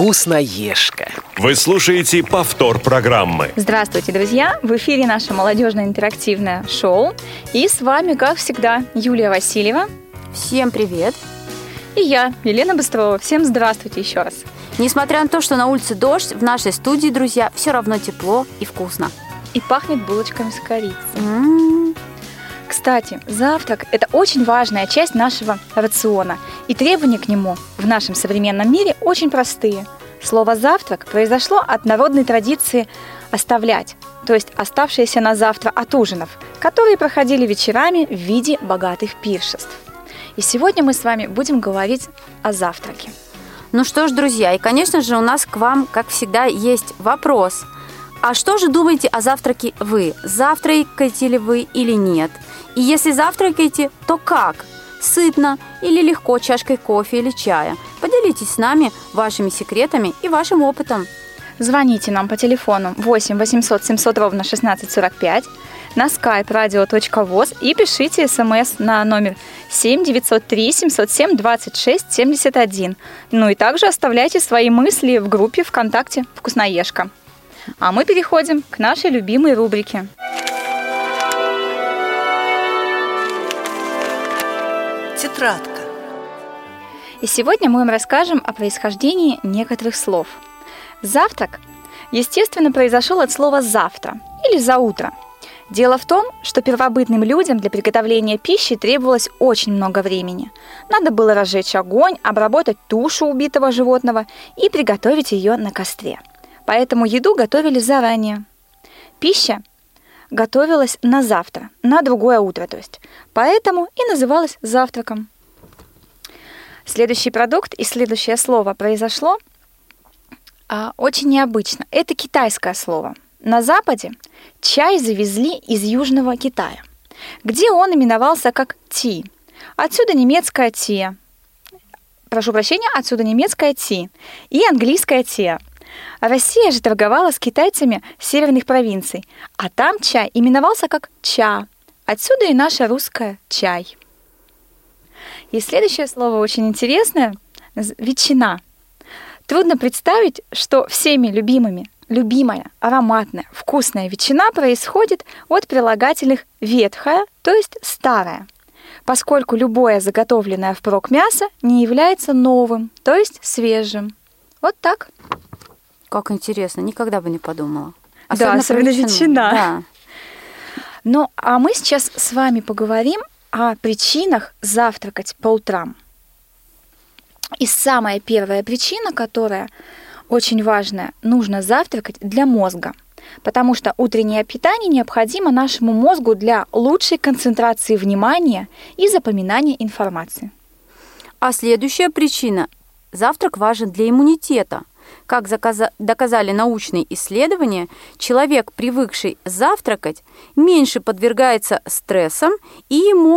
Вкусноежка. Вы слушаете повтор программы. Здравствуйте, друзья! В эфире наше молодежное интерактивное шоу. И с вами, как всегда, Юлия Васильева. Всем привет! И я, Елена Быстрова. Всем здравствуйте еще раз. Несмотря на то, что на улице дождь, в нашей студии, друзья, все равно тепло и вкусно. И пахнет булочками с корицей. Кстати, завтрак – это очень важная часть нашего рациона. И требования к нему в нашем современном мире очень простые. Слово «завтрак» произошло от народной традиции «оставлять», то есть оставшиеся на завтра от ужинов, которые проходили вечерами в виде богатых пиршеств. И сегодня мы с вами будем говорить о завтраке. Ну что ж, друзья, и, конечно же, у нас к вам, как всегда, есть вопрос. А что же думаете о завтраке вы? Завтракаете ли вы или нет? И если завтракаете, то как? Сытно или легко чашкой кофе или чая? Поделитесь с нами вашими секретами и вашим опытом. Звоните нам по телефону 8 800 700 ровно 1645, на skype radio.voz и пишите смс на номер 7 903 707 26 71. Ну и также оставляйте свои мысли в группе ВКонтакте «Вкусноежка». А мы переходим к нашей любимой рубрике. Тетрадка. И сегодня мы вам расскажем о происхождении некоторых слов. Завтрак, естественно, произошел от слова «завтра» или «за утро». Дело в том, что первобытным людям для приготовления пищи требовалось очень много времени. Надо было разжечь огонь, обработать тушу убитого животного и приготовить ее на костре. Поэтому еду готовили заранее. Пища готовилась на завтра, на другое утро, то есть. Поэтому и называлась завтраком. Следующий продукт и следующее слово произошло очень необычно. Это китайское слово. На Западе чай завезли из Южного Китая, где он именовался как ти. Отсюда немецкое ти. Отсюда немецкое ти и английское те. Россия же торговала с китайцами северных провинций, а там чай именовался как ча. Отсюда и наша русская чай. И следующее слово очень интересное – ветчина. Трудно представить, что всеми любимая, ароматная, вкусная ветчина происходит от прилагательных «ветхая», то есть «старая», поскольку любое заготовленное впрок мясо не является новым, то есть свежим. Вот так. Как интересно, никогда бы не подумала. Особенно ветчина. Да. Ну, а мы сейчас с вами поговорим о причинах завтракать по утрам. И самая первая причина, которая очень важная, нужно завтракать для мозга, потому что утреннее питание необходимо нашему мозгу для лучшей концентрации внимания и запоминания информации. А следующая причина – завтрак важен для иммунитета. Как доказали научные исследования, человек, привыкший завтракать, меньше подвергается стрессам и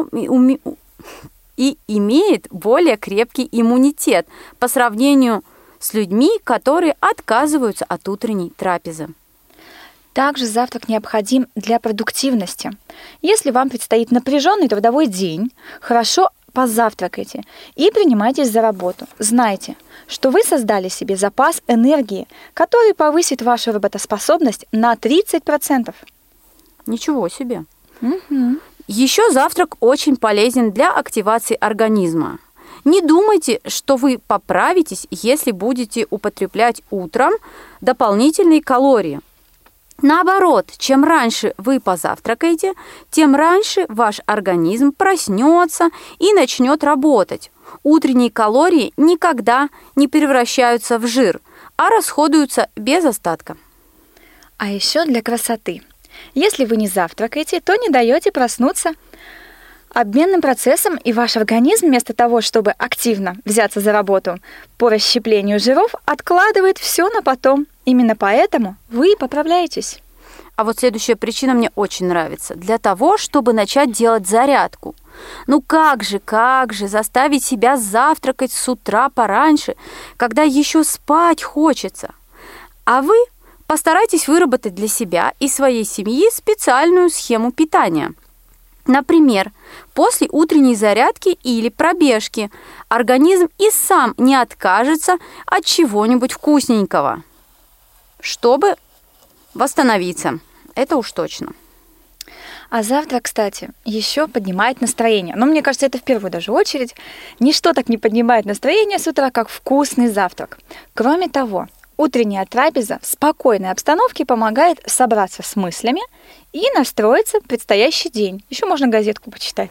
имеет более крепкий иммунитет по сравнению с людьми, которые отказываются от утренней трапезы. Также завтрак необходим для продуктивности. Если вам предстоит напряженный трудовой день, хорошо позавтракайте и принимайтесь за работу. Знайте, что вы создали себе запас энергии, который повысит вашу работоспособность на 30%. Ничего себе! Еще завтрак очень полезен для активации организма. Не думайте, что вы поправитесь, если будете употреблять утром дополнительные калории. Наоборот, чем раньше вы позавтракаете, тем раньше ваш организм проснется и начнет работать. Утренние калории никогда не превращаются в жир, а расходуются без остатка. А еще для красоты. Если вы не завтракаете, то не даете проснуться обменным процессом, и ваш организм вместо того, чтобы активно взяться за работу по расщеплению жиров, откладывает все на потом. Именно поэтому вы и поправляетесь. А вот следующая причина мне очень нравится. Для того, чтобы начать делать зарядку. Ну как же заставить себя завтракать с утра пораньше, когда еще спать хочется? А вы постарайтесь выработать для себя и своей семьи специальную схему питания. Например, после утренней зарядки или пробежки организм и сам не откажется от чего-нибудь вкусненького, чтобы восстановиться. Это уж точно. А завтрак, кстати, еще поднимает настроение. Но мне кажется, это в первую даже очередь. Ничто так не поднимает настроение с утра, как вкусный завтрак. Кроме того, утренняя трапеза в спокойной обстановке помогает собраться с мыслями и настроиться в предстоящий день. Еще можно газетку почитать.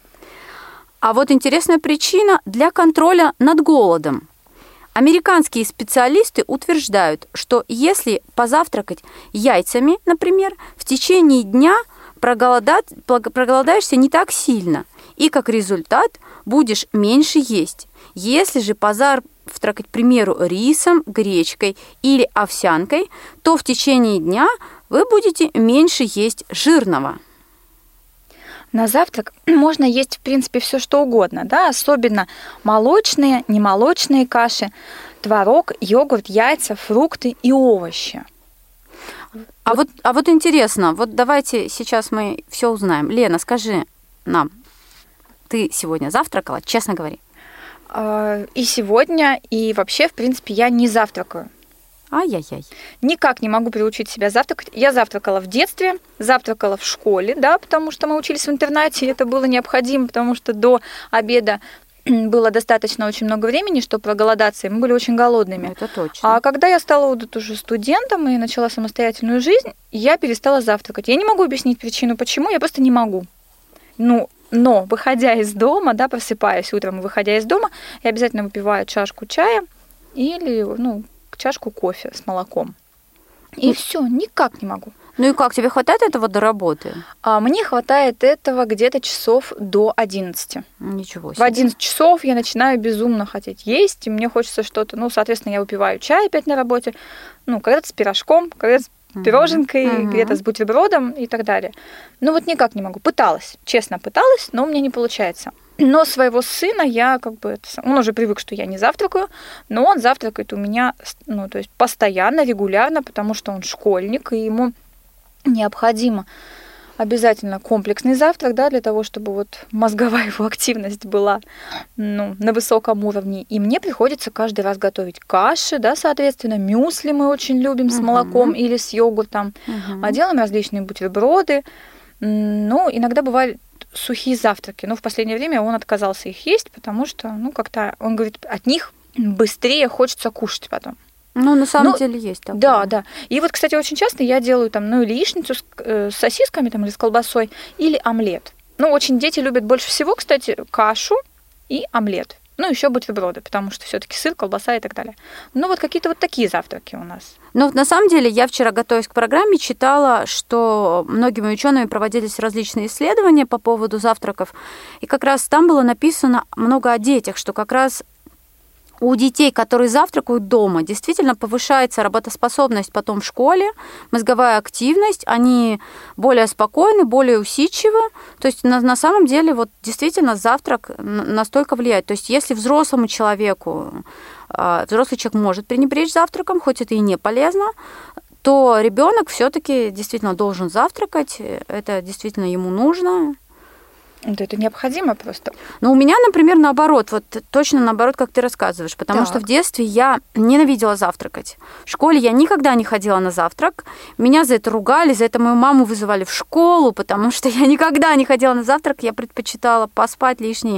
А вот интересная причина для контроля над голодом. Американские специалисты утверждают, что если позавтракать яйцами, например, в течение дня проголодаешься не так сильно, и как результат будешь меньше есть. Если же позавтракать, к примеру, рисом, гречкой или овсянкой, то в течение дня вы будете меньше есть жирного. На завтрак можно есть, в принципе, все что угодно, да, особенно молочные, немолочные каши, творог, йогурт, яйца, фрукты и овощи. А вот интересно, вот давайте сейчас мы все узнаем. Лена, скажи нам, ты сегодня завтракала, честно говори? И сегодня, и вообще, в принципе, я не завтракаю. Ай-яй-яй. Никак не могу приучить себя завтракать. Я завтракала в детстве, завтракала в школе, да, потому что мы учились в интернате, и это было необходимо, потому что до обеда было достаточно очень много времени, чтобы проголодаться, и мы были очень голодными. Это точно. А когда я стала вот уже студентом и начала самостоятельную жизнь, я перестала завтракать. Я не могу объяснить причину, почему, я просто не могу. Но, выходя из дома, да, просыпаясь утром и выходя из дома, я обязательно выпиваю чашку чая или, чашку кофе с молоком. И все, никак не могу. Ну и как, тебе хватает этого до работы? Мне хватает этого где-то часов до 11. Ничего себе. В 11 часов я начинаю безумно хотеть есть, и мне хочется что-то, соответственно, я выпиваю чай опять на работе, когда-то с пирожком, когда-то с пироженкой, где-то с бутербродом и так далее. Никак не могу. Пыталась, честно пыталась, но у меня не получается. Но своего сына я он уже привык, что я не завтракаю, но он завтракает у меня, то есть постоянно, регулярно, потому что он школьник, и ему необходимо обязательно комплексный завтрак, да, для того, чтобы мозговая его активность была на высоком уровне. И мне приходится каждый раз готовить каши, да, соответственно, мюсли мы очень любим с молоком или с йогуртом, а делаем различные бутерброды. Иногда бывают сухие завтраки, но в последнее время он отказался их есть, потому что, как-то, он говорит, от них быстрее хочется кушать потом. На самом деле есть такое. Да. И кстати, очень часто я делаю или яичницу с сосисками или с колбасой, или омлет. Очень дети любят больше всего, кстати, кашу и омлет. Еще бутерброды, потому что все-таки сыр, колбаса и так далее. Какие-то такие завтраки у нас. На самом деле, я вчера, готовясь к программе, читала, что многими учеными проводились различные исследования по поводу завтраков. И как раз там было написано много о детях, что как раз у детей, которые завтракают дома, действительно повышается работоспособность потом в школе, мозговая активность, они более спокойны, более усидчивы. То есть на самом деле действительно завтрак настолько влияет. То есть если взрослому человеку, взрослый человек может пренебречь завтраком, хоть это и не полезно, то ребенок все-таки действительно должен завтракать, это действительно ему нужно. Это необходимо просто. У меня, например, наоборот, точно наоборот, как ты рассказываешь, потому что в детстве я ненавидела завтракать. В школе я никогда не ходила на завтрак. Меня за это ругали, за это мою маму вызывали в школу, потому что я никогда не ходила на завтрак. Я предпочитала поспать лишние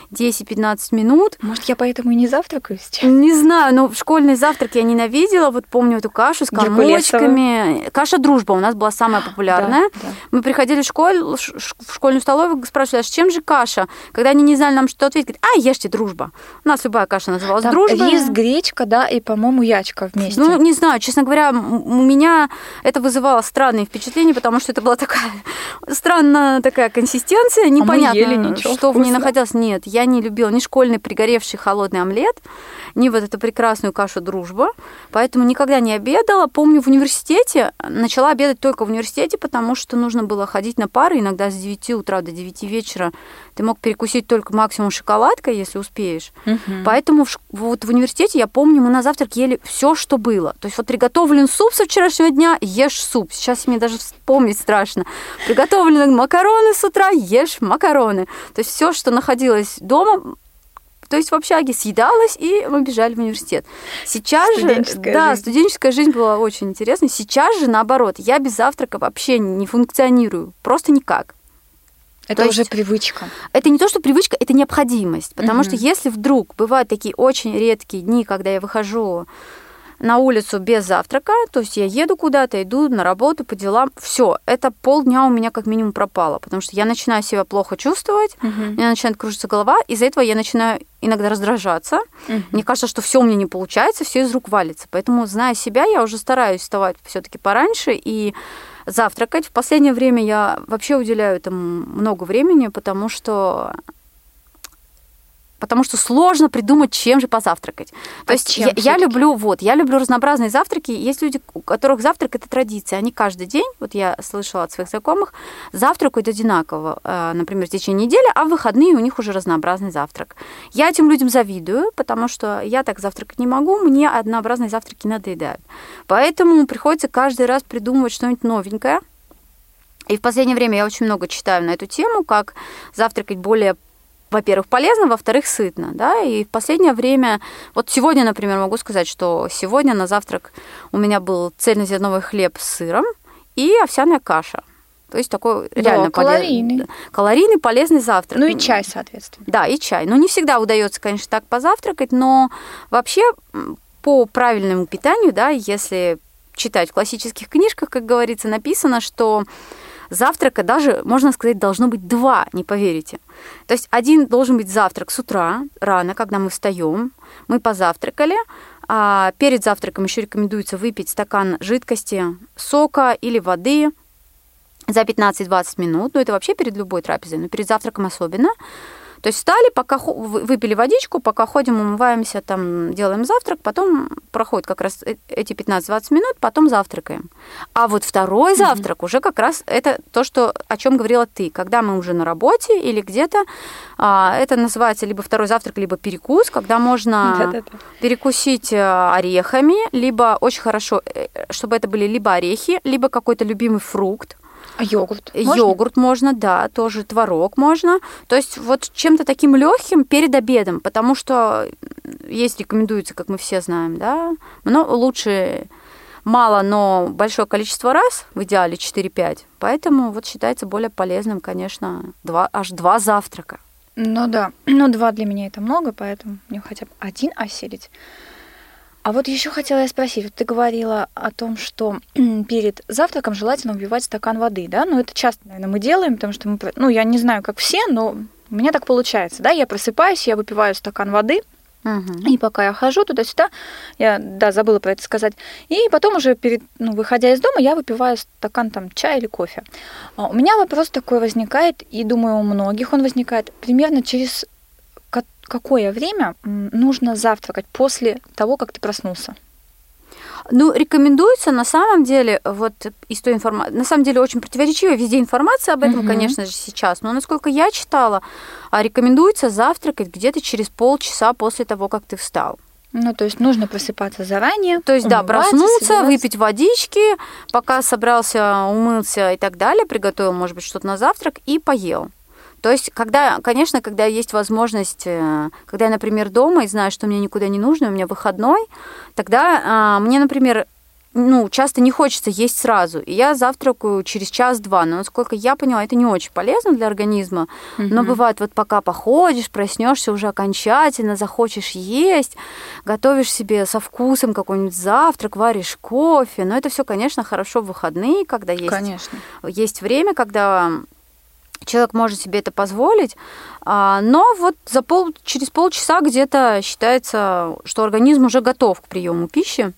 10-15 минут. Может, я поэтому и не завтракаю сейчас? Не знаю, но школьный завтрак я ненавидела. Помню эту кашу с комочками. Каша «Дружба» у нас была самая популярная. Да. Мы приходили в школьную столовую, спрашивали, с чем же каша? Когда они не знали нам, что ответить, говорят, ешьте «Дружба». У нас любая каша называлась «Дружба». Рис, гречка, да, и, по-моему, ячка вместе. Не знаю, честно говоря, у меня это вызывало странные впечатления, потому что это была такая странная консистенция, непонятно, что в ней находилось. Нет, я не любила ни школьный пригоревший холодный омлет, ни эту прекрасную кашу «Дружба», поэтому никогда не обедала. Помню, в университете, начала обедать только в университете, потому что нужно было ходить на пары, иногда с 9 утра до 9 вечера вечера ты мог перекусить только максимум шоколадкой, если успеешь. Поэтому вот в университете, я помню, мы на завтрак ели все, что было. То есть вот приготовлен суп со вчерашнего дня, ешь суп. Сейчас мне даже вспомнить страшно. Приготовлены макароны с утра, ешь макароны. То есть все, что находилось дома, то есть в общаге съедалось, и мы бежали в университет. Сейчас студенческая жизнь была очень интересной. Сейчас же, наоборот, я без завтрака вообще не функционирую. Просто никак. Это уже привычка. Это не то, что привычка, это необходимость. Потому что если вдруг бывают такие очень редкие дни, когда я выхожу на улицу без завтрака, то есть я еду куда-то, иду на работу по делам, все, это полдня у меня как минимум пропало, потому что я начинаю себя плохо чувствовать, у меня начинает кружиться голова, из-за этого я начинаю иногда раздражаться. Мне кажется, что все у меня не получается, все из рук валится. Поэтому, зная себя, я уже стараюсь вставать все-таки пораньше и завтракать. В последнее время я вообще уделяю этому много времени, потому что сложно придумать, чем же позавтракать. То есть я люблю разнообразные завтраки. Есть люди, у которых завтрак – это традиция. Они каждый день, вот я слышала от своих знакомых, завтракают одинаково, например, в течение недели, а в выходные у них уже разнообразный завтрак. Я этим людям завидую, потому что я так завтракать не могу, мне однообразные завтраки надоедают. Поэтому приходится каждый раз придумывать что-нибудь новенькое. И в последнее время я очень много читаю на эту тему, как завтракать более, во-первых, полезно, во-вторых, сытно, да, и в последнее время, вот сегодня, например, могу сказать, что сегодня на завтрак у меня был цельнозерновой хлеб с сыром и овсяная каша. То есть такой реально калорийный, полезный завтрак. Ну и чай, соответственно. Да, и чай. Ну, не всегда удается, конечно, так позавтракать, но вообще по правильному питанию, да, если читать в классических книжках, как говорится, написано, что завтрака даже, можно сказать, должно быть 2, не поверите. То есть один должен быть завтрак с утра, рано, когда мы встаем, мы позавтракали, а перед завтраком еще рекомендуется выпить стакан жидкости, сока или воды за 15-20 минут. Ну, это вообще перед любой трапезой, но перед завтраком особенно. То есть встали, пока выпили водичку, пока ходим, умываемся, там, делаем завтрак, потом проходит как раз эти 15-20 минут, потом завтракаем. А вот второй завтрак уже как раз это то, о чем говорила ты. Когда мы уже на работе или где-то, это называется либо второй завтрак, либо перекус, когда можно перекусить орехами, либо очень хорошо, чтобы это были либо орехи, либо какой-то любимый фрукт. А йогурт? Йогурт можно, да, тоже творог можно. То есть вот чем-то таким легким перед обедом, потому что есть рекомендуется, как мы все знаем, да, но лучше мало, но большое количество раз, в идеале 4-5. Поэтому вот считается более полезным, конечно, аж 2 завтрака. Ну да, но 2 для меня это много, поэтому мне хотя бы 1 осилить. А вот еще хотела я спросить, вот ты говорила о том, что перед завтраком желательно выпивать стакан воды, да? Ну, это часто, наверное, мы делаем, потому что я не знаю, как все, но у меня так получается, да? Я просыпаюсь, я выпиваю стакан воды, и пока я хожу туда-сюда, я, забыла про это сказать, и потом уже выходя из дома, я выпиваю стакан там чая или кофе. У меня вопрос такой возникает, и думаю, у многих он возникает примерно через какое время нужно завтракать после того, как ты проснулся? Ну, рекомендуется на самом деле, вот из той информации, на самом деле очень противоречивая везде информация об этом, конечно же, сейчас, но насколько я читала, рекомендуется завтракать где-то через полчаса после того, как ты встал. Ну, то есть нужно просыпаться заранее. То есть, проснуться, выпить водички, пока собрался, умылся и так далее, приготовил, может быть, что-то на завтрак и поел. То есть, когда есть возможность, когда я, например, дома и знаю, что мне никуда не нужно, у меня выходной, тогда мне, например, часто не хочется есть сразу, и я завтракаю через час-два. Но, насколько я поняла, это не очень полезно для организма. Но бывает, вот пока походишь, проснешься уже окончательно, захочешь есть, готовишь себе со вкусом какой-нибудь завтрак, варишь кофе. Но это все, конечно, хорошо в выходные, когда есть время, когда человек может себе это позволить, но вот через полчаса где-то считается, что организм уже готов к приему пищи.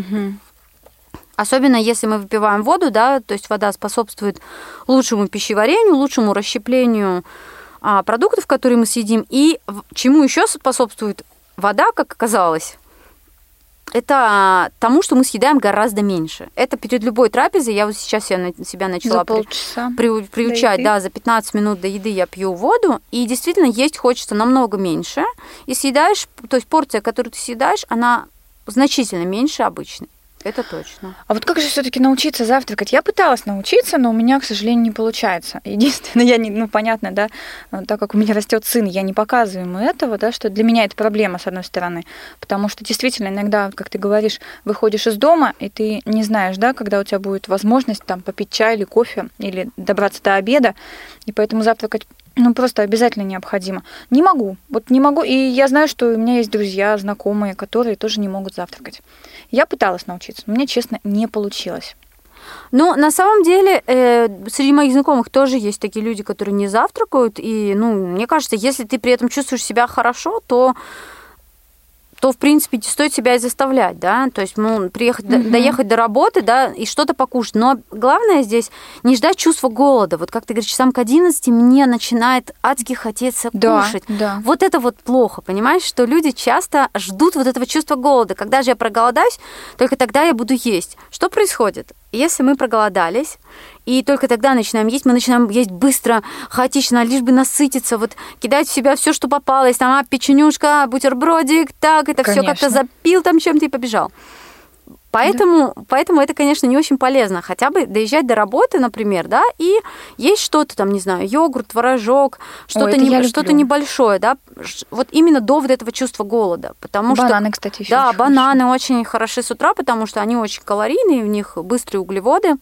Особенно если мы выпиваем воду, да, то есть вода способствует лучшему пищеварению, лучшему расщеплению продуктов, которые мы съедим. И чему еще способствует вода, как оказалось? это тому, что мы съедаем гораздо меньше. Это перед любой трапезой. Я вот сейчас себя начала приучать. Да, за 15 минут до еды я пью воду, и действительно есть хочется намного меньше. И съедаешь, то есть порция, которую ты съедаешь, она значительно меньше обычной. Это точно. А вот как же все-таки научиться завтракать? Я пыталась научиться, но у меня, к сожалению, не получается. Единственное, я не, понятно, да, так как у меня растет сын, я не показываю ему этого, да, что для меня это проблема, с одной стороны, потому что действительно иногда, как ты говоришь, выходишь из дома, и ты не знаешь, да, когда у тебя будет возможность там попить чай или кофе, или добраться до обеда, и поэтому завтракать просто обязательно необходимо. Не могу, и я знаю, что у меня есть друзья, знакомые, которые тоже не могут завтракать. Я пыталась научиться, но у меня, честно, не получилось. Ну, на самом деле, среди моих знакомых тоже есть такие люди, которые не завтракают, и, мне кажется, если ты при этом чувствуешь себя хорошо, то в принципе, не стоит себя и заставлять, да, то есть, приехать, доехать до работы, да, и что-то покушать. Но главное здесь не ждать чувства голода. Вот как ты говоришь, часам к 11 мне начинает адски хотеться кушать. Да. Вот это вот плохо, понимаешь, что люди часто ждут вот этого чувства голода. Когда же я проголодаюсь, только тогда я буду есть. Что происходит? Если мы проголодались, и только тогда начинаем есть, мы начинаем есть быстро, хаотично, лишь бы насытиться, вот кидать в себя все, что попалось, там, печенюшка, бутербродик, так, это все как-то запил там чем-то и побежал. Поэтому это, конечно, не очень полезно. Хотя бы доезжать до работы, например, да, и есть что-то там, не знаю, йогурт, творожок, что-то небольшое, да, вот именно до вот этого чувства голода. Потому бананы, кстати, еще. Да, бананы очень хороши с утра, потому что они очень калорийные, в них быстрые углеводы.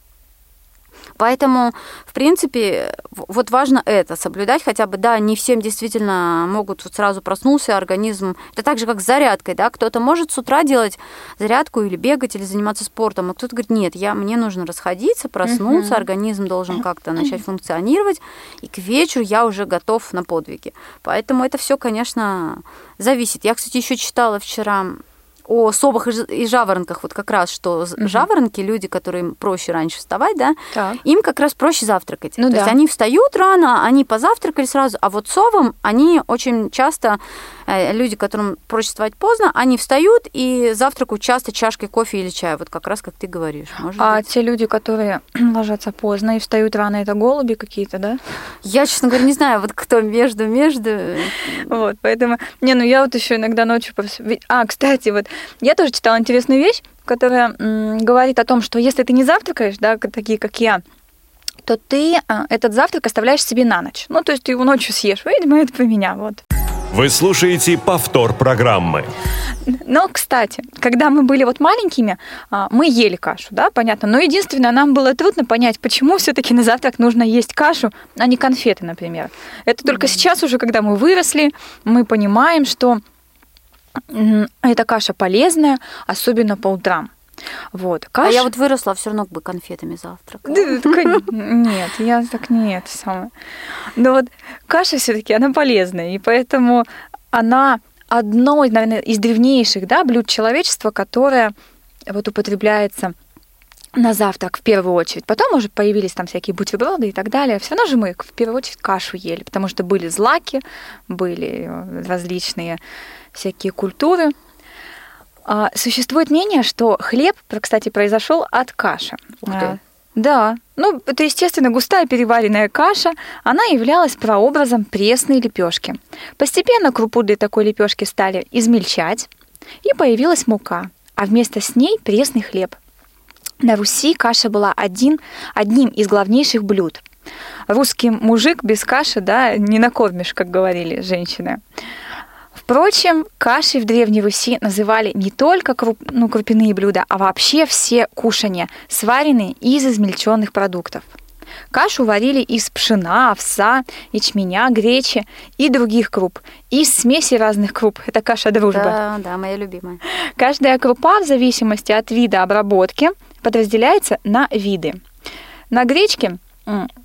Поэтому, в принципе, вот важно это, соблюдать хотя бы, да, не всем действительно могут вот сразу проснулся организм. Это так же, как с зарядкой, да, кто-то может с утра делать зарядку или бегать, или заниматься спортом, а кто-то говорит, нет, мне нужно расходиться, проснуться, организм должен как-то начать функционировать, и к вечеру я уже готов на подвиги. Поэтому это все, конечно, зависит. Я, кстати, еще читала вчера о совах и жаворонках, вот как раз, что жаворонки, люди, которым проще раньше вставать, да, им как раз проще завтракать. То есть они встают рано, они позавтракали сразу, а вот совам, они очень часто, люди, которым проще вставать поздно, они встают и завтракают часто чашкой кофе или чая, вот как раз, как ты говоришь. А те люди, которые ложатся поздно и встают рано, это голуби какие-то, да? Я, честно говоря, не знаю, вот кто между. Вот, поэтому... я вот еще иногда ночью... кстати, вот я тоже читала интересную вещь, которая говорит о том, что если ты не завтракаешь, да, такие, как я, то ты этот завтрак оставляешь себе на ночь. То есть ты его ночью съешь. Видимо, это про меня, вот. Вы слушаете повтор программы. Но, кстати, когда мы были вот маленькими, мы ели кашу, да, понятно. Но единственное, нам было трудно понять, почему все-таки на завтрак нужно есть кашу, а не конфеты, например. Это только сейчас уже, когда мы выросли, мы понимаем, что эта каша полезная, особенно по утрам. Вот. А я вот выросла, все равно бы конфетами завтракала. Нет, я так не это самое. Но вот каша все-таки она полезная, и поэтому она одно, наверное, из древнейших, да, блюд человечества, которое вот употребляется на завтрак в первую очередь. Потом уже появились там всякие бутерброды и так далее. Все равно же мы в первую очередь кашу ели, потому что были злаки, были различные всякие культуры. Существует мнение, что хлеб, кстати, произошел от каши. Ух ты. Да. Это, естественно, густая переваренная каша. Она являлась прообразом пресной лепешки. Постепенно крупу для такой лепешки стали измельчать, и появилась мука, а вместо с ней пресный хлеб. На Руси каша была одним из главнейших блюд. Русский мужик без каши, да, не накормишь, как говорили женщины. Впрочем, кашей в Древней Руси называли не только крупяные блюда, а вообще все кушанья, сваренные из измельченных продуктов. Кашу варили из пшена, овса, ячменя, гречи и других круп, из смеси разных круп. Это каша дружба. Да, моя любимая. Каждая крупа, в зависимости от вида обработки, подразделяется на виды. На гречке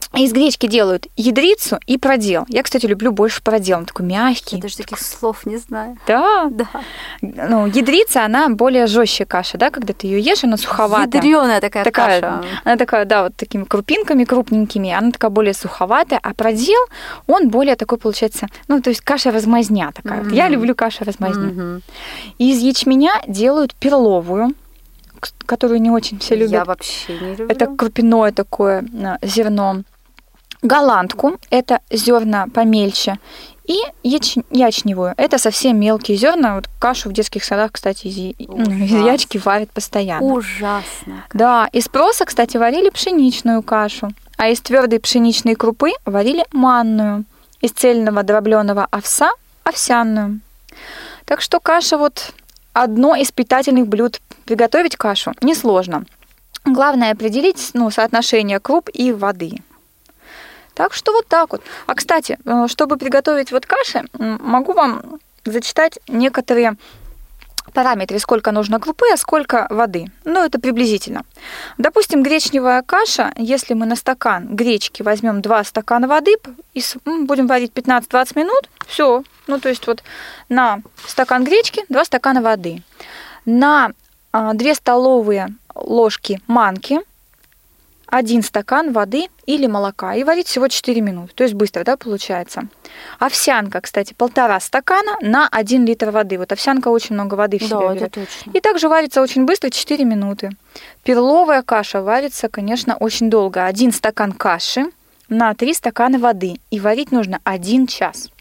Из гречки делают ядрицу и продел. Я, кстати, люблю больше продел. Он такой мягкий. Я даже таких слов не знаю. Да. Да. Ну, ядрица, она более жестче каша, да, когда ты ее ешь, она суховатая. Ядрёная такая каша. Она такая, да, вот такими крупинками крупненькими, она такая более суховатая, а продел, он более такой, получается, ну, то есть каша-размазня такая. Я люблю кашу-размазню. Из ячменя делают перловую, которую не очень все любят. Я вообще не люблю. Это крупяное такое зерно. Голландку – это зерна помельче. И ячневую – это совсем мелкие зерна. Вот кашу в детских садах, кстати, из ячки варят постоянно. Ужасно. Да, из проса, кстати, варили пшеничную кашу, а из твердой пшеничной крупы варили манную, из цельного дробленого овса – овсяную. Так что каша вот одно из питательных блюд. Приготовить кашу несложно. Главное определить соотношение круп и воды. Так что вот так вот. А, кстати, чтобы приготовить вот каши, могу вам зачитать некоторые параметры, сколько нужно крупы, а сколько воды. Ну, это приблизительно. Допустим, гречневая каша, если мы на стакан гречки возьмем 2 стакана воды и будем варить 15-20 минут, все. Ну, то есть вот на стакан гречки 2 стакана воды. На 2 столовые ложки манки 1 стакан воды или молока. И варить всего 4 минуты. То есть быстро, да, получается. Овсянка, кстати, 1,5 стакана на 1 литр воды. Вот овсянка очень много воды в себя берет. Это точно. И также варится очень быстро, 4 минуты. Перловая каша варится, конечно, очень долго. 1 стакан каши на 3 стакана воды. И варить нужно 1 час.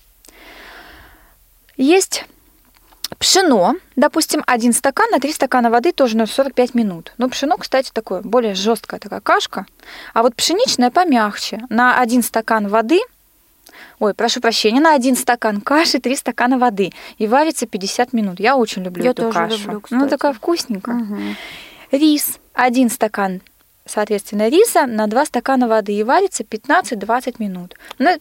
Есть пшено, допустим, 1 стакан на 3 стакана воды тоже на 45 минут. Но пшено, кстати, такое более жесткая такая кашка. А вот пшеничная помягче. На 1 стакан воды, на 1 стакан каши 3 стакана воды. И варится 50 минут. Я очень люблю эту кашу. Люблю, кстати. Ну, такая вкусненькая. Угу. Рис. 1 стакан, соответственно, риса на 2 стакана воды. И варится 15-20 минут.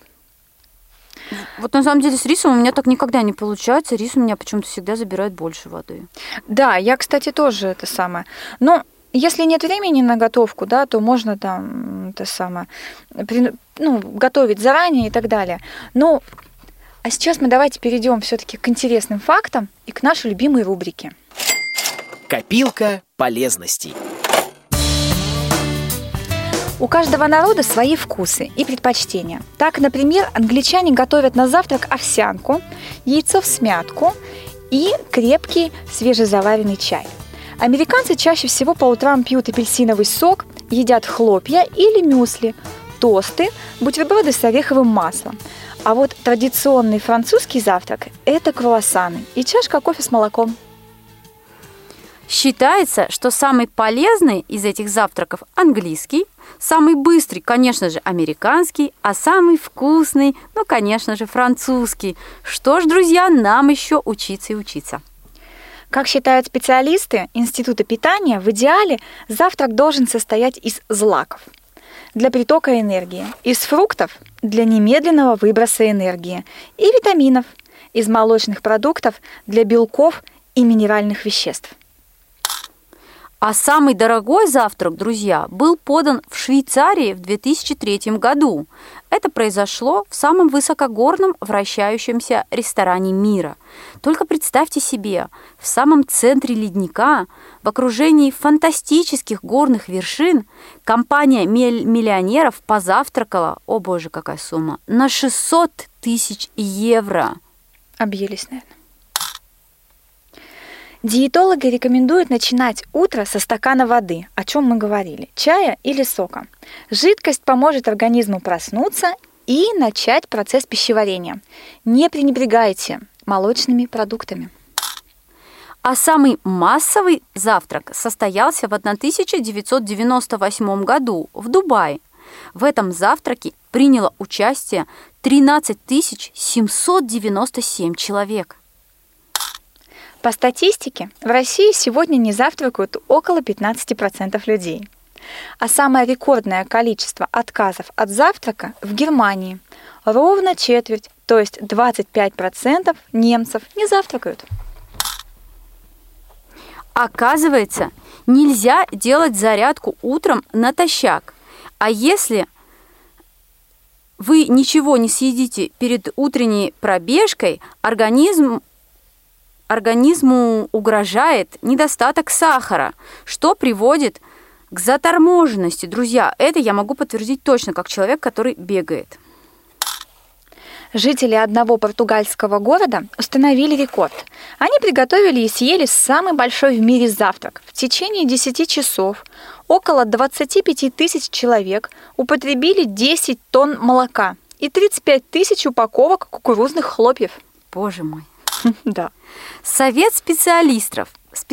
Вот на самом деле с рисом у меня так никогда не получается. Рис у меня почему-то всегда забирает больше воды. Да, я, кстати, тоже это самое. Но если нет времени на готовку, да, то можно там готовить заранее и так далее. Ну, а сейчас мы давайте перейдем все-таки к интересным фактам и к нашей любимой рубрике. Копилка полезностей. У каждого народа свои вкусы и предпочтения. Так, например, англичане готовят на завтрак овсянку, яйцо всмятку и крепкий свежезаваренный чай. Американцы чаще всего по утрам пьют апельсиновый сок, едят хлопья или мюсли, тосты, бутерброды с ореховым маслом. А вот традиционный французский завтрак – это круассаны и чашка кофе с молоком. Считается, что самый полезный из этих завтраков английский, самый быстрый, конечно же, американский, а самый вкусный, конечно же, французский. Что ж, друзья, нам еще учиться и учиться. Как считают специалисты Института питания, в идеале завтрак должен состоять из злаков для притока энергии, из фруктов для немедленного выброса энергии и витаминов, из молочных продуктов для белков и минеральных веществ. А самый дорогой завтрак, друзья, был подан в Швейцарии в 2003 году. Это произошло в самом высокогорном вращающемся ресторане мира. Только представьте себе, в самом центре ледника, в окружении фантастических горных вершин, компания миллионеров позавтракала, о боже, какая сумма, на 600 тысяч евро. Объелись, наверное. Диетологи рекомендуют начинать утро со стакана воды, о чем мы говорили, чая или сока. Жидкость поможет организму проснуться и начать процесс пищеварения. Не пренебрегайте молочными продуктами. А самый массовый завтрак состоялся в 1998 году в Дубае. В этом завтраке приняло участие 13 797 человек. По статистике, в России сегодня не завтракают около 15% людей. А самое рекордное количество отказов от завтрака в Германии. Ровно четверть, то есть 25% немцев не завтракают. Оказывается, нельзя делать зарядку утром натощак. А если вы ничего не съедите перед утренней пробежкой, организму угрожает недостаток сахара, что приводит к заторможенности. Друзья, это я могу подтвердить точно, как человек, который бегает. Жители одного португальского города установили рекорд. Они приготовили и съели самый большой в мире завтрак. В течение 10 часов около 25 тысяч человек употребили 10 тонн молока и 35 тысяч упаковок кукурузных хлопьев. Боже мой. Да. Совет специалистов.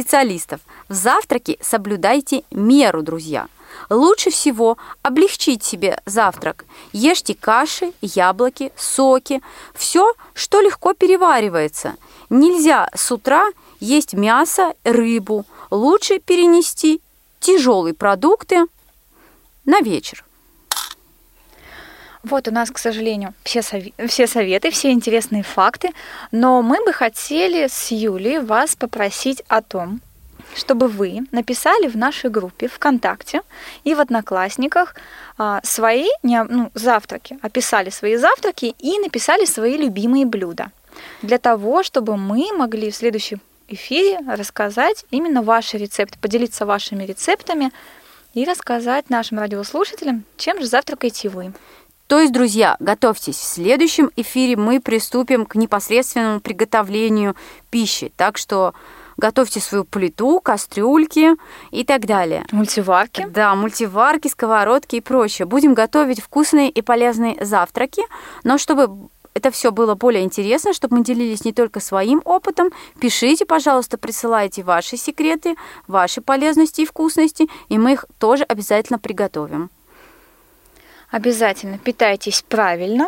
В завтраке соблюдайте меру, друзья. Лучше всего облегчить себе завтрак. Ешьте каши, яблоки, соки, все, что легко переваривается. Нельзя с утра есть мясо, рыбу. Лучше перенести тяжелые продукты на вечер. Вот у нас, к сожалению, все советы, все интересные факты, но мы бы хотели с Юлей вас попросить о том, чтобы вы написали в нашей группе ВКонтакте и в Одноклассниках свои завтраки, описали свои завтраки и написали свои любимые блюда, для того, чтобы мы могли в следующем эфире рассказать именно ваши рецепты, поделиться вашими рецептами и рассказать нашим радиослушателям, чем же завтракаете вы. То есть, друзья, готовьтесь. В следующем эфире мы приступим к непосредственному приготовлению пищи. Так что готовьте свою плиту, кастрюльки и так далее. Мультиварки. Да, мультиварки, сковородки и прочее. Будем готовить вкусные и полезные завтраки. Но чтобы это все было более интересно, чтобы мы делились не только своим опытом, пишите, пожалуйста, присылайте ваши секреты, ваши полезности и вкусности, и мы их тоже обязательно приготовим. Обязательно питайтесь правильно,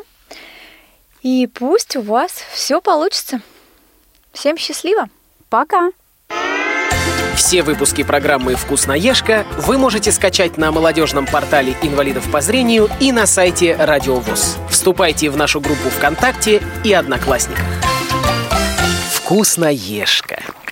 и пусть у вас все получится. Всем счастливо! Пока! Все выпуски программы «Вкусноежка» вы можете скачать на молодежном портале инвалидов по зрению и на сайте Радио ВОС. Вступайте в нашу группу ВКонтакте и Одноклассниках. «Вкусноежка».